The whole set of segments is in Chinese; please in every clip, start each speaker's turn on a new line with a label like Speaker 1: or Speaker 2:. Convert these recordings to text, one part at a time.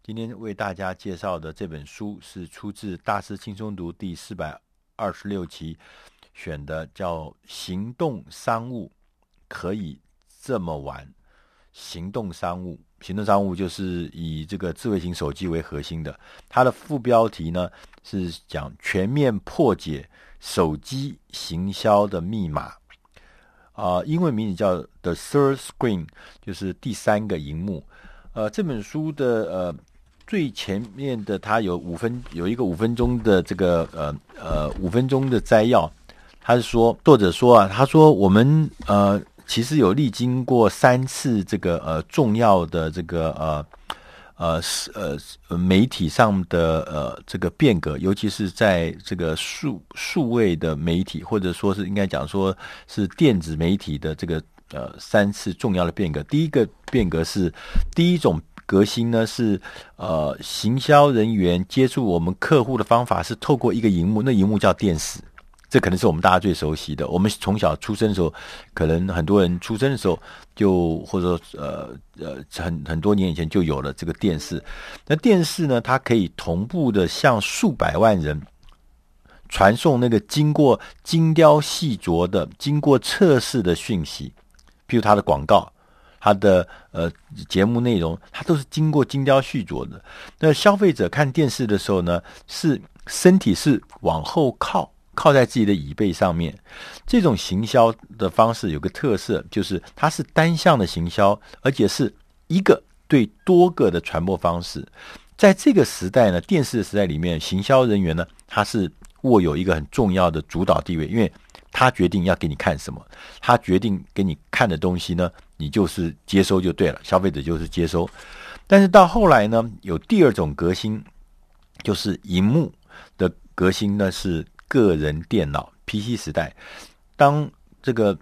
Speaker 1: 今天为大家介绍的这本书是出自《大师轻松读》第426期，选的叫《行动商务可以这么玩》。行动商务就是以这个智慧型手机为核心的，它的副标题呢是讲全面破解手机行销的密码。英文名字叫 The Third Screen， 就是第三个萤幕。这本书的最前面的它有一个5分钟的这个5分钟的摘要。他是说，作者说啊，他说我们其实有历经过3次这个重要的这个媒体上的这个变革，尤其是在这个数位的媒体，或者说是应该讲说是电子媒体的这个3次重要的变革。第一个变革是第一种革新呢，是行销人员接触我们客户的方法是透过一个萤幕，那萤幕叫电视。这可能是我们大家最熟悉的。我们从小出生的时候，可能很多人出生的时候就或者说很多年以前就有了这个电视。那电视呢，它可以同步的向数百万人传送那个经过精雕细琢的、经过测试的讯息，譬如它的广告。它的节目内容，它都是经过精雕细琢的。那消费者看电视的时候呢，是身体是往后靠在自己的椅背上面。这种行销的方式有个特色，就是它是单向的行销，而且是一个对多个的传播方式。在这个时代呢，电视的时代里面，行销人员呢，他是握有一个很重要的主导地位，因为他决定要给你看什么，他决定给你看的东西呢，你就是接收就对了，消费者就是接收。但是到后来呢，有第二种革新，就是萤幕的革新呢，是个人电脑 PC 时代。当这个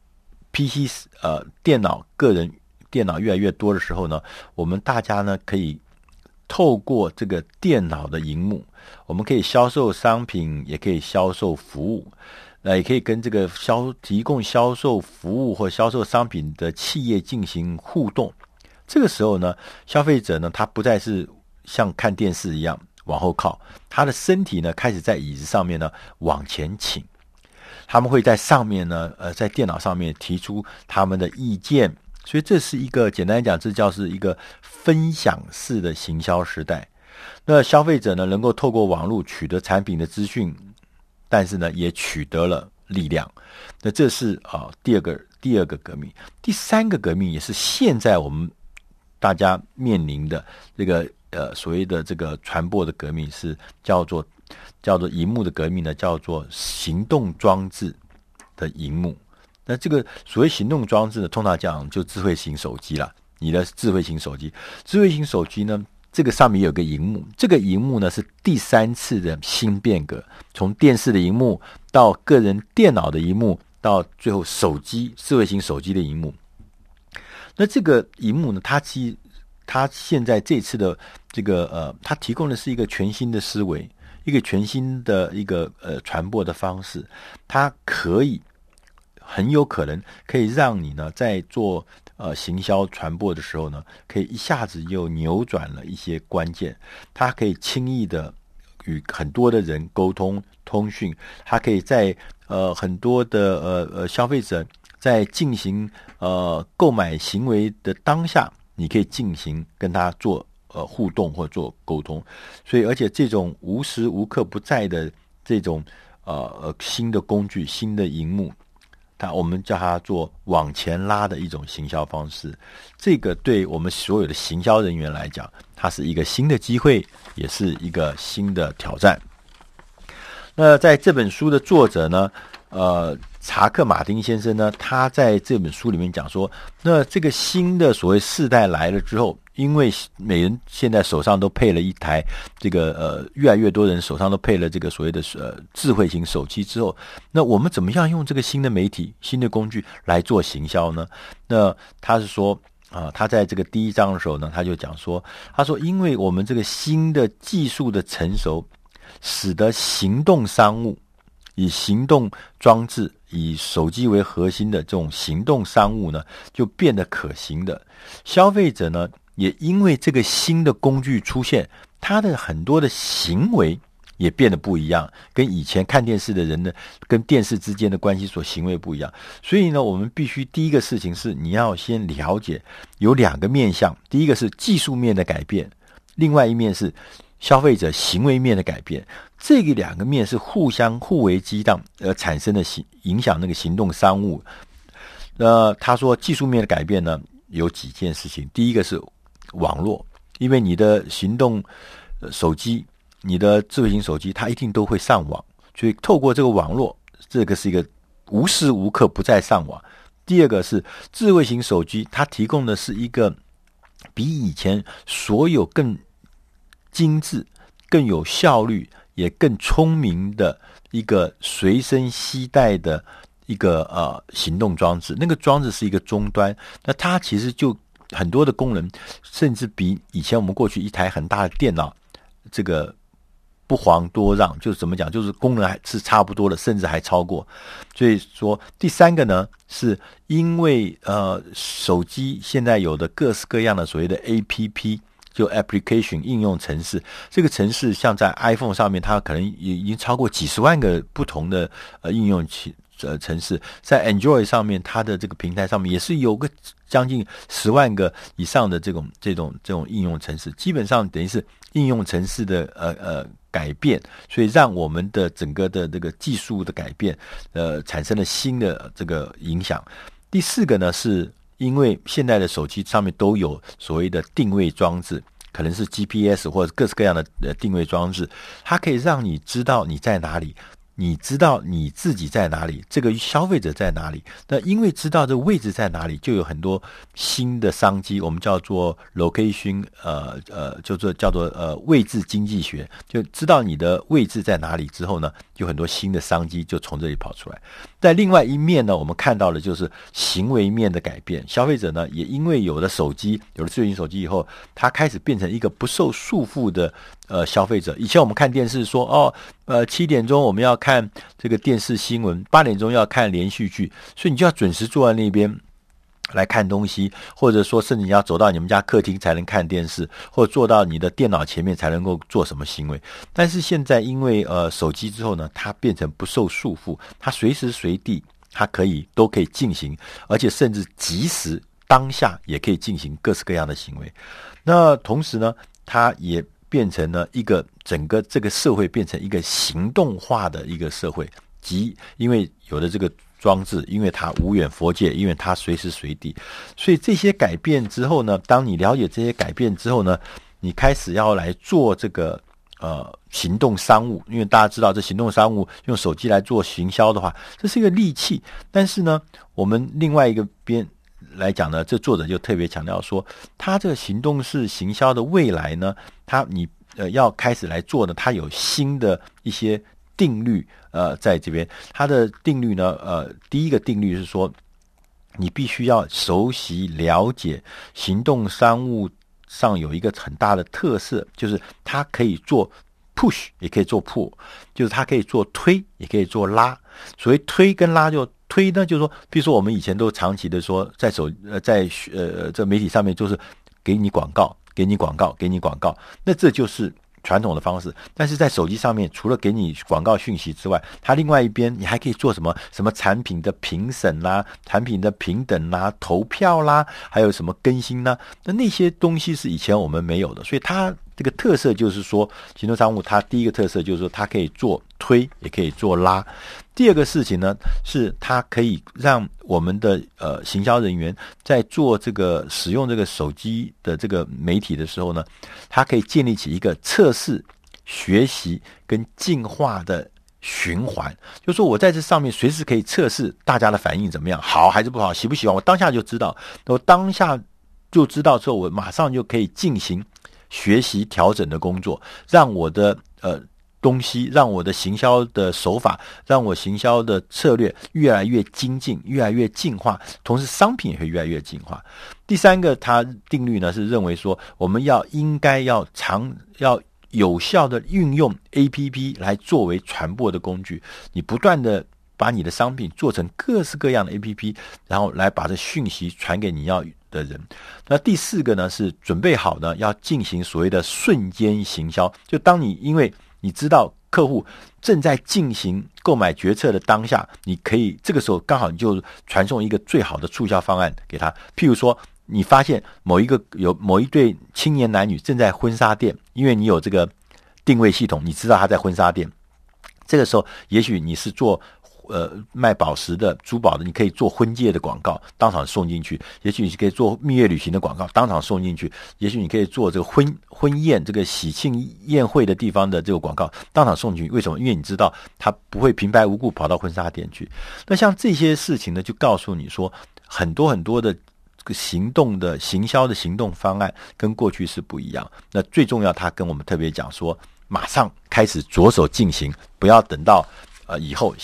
Speaker 1: PC 电脑个人电脑越来越多的时候呢，我们大家呢可以透过这个电脑的萤幕，我们可以销售商品，也可以销售服务。也可以跟这个提供销售服务或销售商品的企业进行互动。这个时候呢，消费者呢，他不再是像看电视一样往后靠，他的身体呢开始在椅子上面呢往前倾。他们会在上面呢，在电脑上面提出他们的意见。所以这是一个简单来讲，这叫是一个分享式的行销时代。那消费者呢，能够透过网络取得产品的资讯。但是呢，也取得了力量。那这是第二个革命。第三个革命也是现在我们大家面临的这个所谓的这个传播的革命，是叫做萤幕的革命呢，叫做行动装置的萤幕。那这个所谓行动装置呢，通常讲就智慧型手机啦，你的智慧型手机呢。这个上面有个萤幕，这个萤幕呢是第3次的新变革，从电视的萤幕到个人电脑的萤幕，到最后智慧型手机的萤幕。那这个萤幕呢，它现在这次的这个它提供的是一个全新的思维，一个全新的一个传播的方式，它很有可能可以让你呢在做行销传播的时候呢，可以一下子又扭转了一些关键。它可以轻易的与很多的人沟通通讯，它可以在很多的消费者在进行购买行为的当下，你可以进行跟他做互动或做沟通。所以而且这种无时无刻不在的这种新的工具、新的萤幕，我们叫它做往前拉的一种行销方式。这个对我们所有的行销人员来讲，它是一个新的机会，也是一个新的挑战。那在这本书的作者呢，查克马丁先生呢，他在这本书里面讲说，那这个新的所谓世代来了之后，因为每人现在手上都配了一台这个越来越多人手上都配了这个所谓的智慧型手机之后，那我们怎么样用这个新的媒体、新的工具来做行销呢？那他是说他在这个第1章的时候呢，他就讲说，他说因为我们这个新的技术的成熟，使得行动商务以行动装置以手机为核心的这种行动商务呢，就变得可行的。消费者呢， 也因为这个新的工具出现，它的很多的行为也变得不一样，跟以前看电视的人呢，跟电视之间的关系所行为不一样。所以呢，我们必须第一个事情是，你要先了解有两个面向，第一个是技术面的改变，另外一面是消费者行为面的改变。这个两个面是互为激荡而产生的影响那个行动商务。他说技术面的改变呢，有几件事情。第一个是网络，因为你的行动手机，你的智慧型手机它一定都会上网，所以透过这个网络，这个是一个无时无刻不在上网。第二个是智慧型手机，它提供的是一个比以前所有更精致、更有效率也更聪明的一个随身携带的一个行动装置。那个装置是一个终端，那它其实就很多的功能甚至比以前我们过去一台很大的电脑这个不遑多让，就是怎么讲，就是功能还是差不多的，甚至还超过。所以说第三个呢，是因为手机现在有的各式各样的所谓的 APP， 就 application 应用程式，这个程式像在 iPhone 上面，它可能已经超过几十万个不同的应用程式，在 Android 上面，它的这个平台上面也是有个将近10万个以上的这种应用程式，基本上等于是应用程式的改变，所以让我们的整个的这个技术的改变产生了新的这个影响。第四个呢，是因为现在的手机上面都有所谓的定位装置，可能是 GPS 或者各式各样的定位装置，它可以让你知道你在哪里，你知道你自己在哪里，这个消费者在哪里。那因为知道这个位置在哪里，就有很多新的商机，我们叫做 location， 叫做位置经济学。就知道你的位置在哪里之后呢，有很多新的商机就从这里跑出来。但另外一面呢，我们看到的就是行为面的改变。消费者呢，也因为有了手机，有了智能手机以后，他开始变成一个不受束缚的消费者。以前我们看电视说7点钟我们要看这个电视新闻，8点钟要看连续剧，所以你就要准时坐在那边来看东西，或者说甚至你要走到你们家客厅才能看电视，或者坐到你的电脑前面才能够做什么行为。但是现在因为手机之后呢，它变成不受束缚，它随时随地它都可以进行，而且甚至即时当下也可以进行各式各样的行为。那同时呢，它也变成了一个整个这个社会变成一个行动化的一个社会，即因为有了这个装置，因为它无远弗届，因为它随时随地，所以这些改变之后呢，当你了解这些改变之后呢，你开始要来做这个行动商务。因为大家知道这行动商务用手机来做行销的话，这是一个利器。但是呢，我们另外一个边来讲呢，这作者就特别强调说，他这个行动式行销的未来呢，你要开始来做呢，它有新的一些定律在这边。它的定律呢第一个定律是说，你必须要熟悉了解行动商务上有一个很大的特色，就是它可以做 push 也可以做 pull， 就是它可以做推也可以做拉。所谓推跟拉，就推呢，就是说比如说我们以前都长期的说在这媒体上面就是给你广告，那这就是传统的方式。但是在手机上面，除了给你广告讯息之外，它另外一边你还可以做什么产品的评审啦、产品的平等啦、投票啦，还有什么更新啦，那些东西是以前我们没有的。所以它这个特色就是说，行动商务它第一个特色就是说，它可以做推也可以做拉。第二个事情呢，是它可以让我们的行销人员在做这个使用这个手机的这个媒体的时候呢，它可以建立起一个测试、学习跟进化的循环。就是说我在这上面随时可以测试大家的反应怎么样，好还是不好，喜不喜欢，我当下就知道。我当下就知道之后，我马上就可以进行学习调整的工作，让我的东西，让我的行销的手法，让我行销的策略越来越精进，越来越进化，同时商品也会越来越进化。第三个它定律呢，是认为说我们应该要有效的运用 APP 来作为传播的工具，你不断的把你的商品做成各式各样的 APP， 然后来把这讯息传给你要的人。那第4个呢是准备好呢要进行所谓的瞬间行销，就当你因为你知道客户正在进行购买决策的当下，你可以这个时候刚好你就传送一个最好的促销方案给他。譬如说你发现某一对青年男女正在婚纱店，因为你有这个定位系统，你知道他在婚纱店，这个时候也许你是做卖宝石的珠宝的，你可以做婚戒的广告当场送进去，也许你可以做蜜月旅行的广告当场送进去，也许你可以做这个婚宴这个喜庆宴会的地方的这个广告当场送进去。为什么？因为你知道他不会平白无故跑到婚纱店去。那像这些事情呢，就告诉你说很多很多的这个行销的行动方案跟过去是不一样。那最重要，他跟我们特别讲说马上开始着手进行，不要等到以后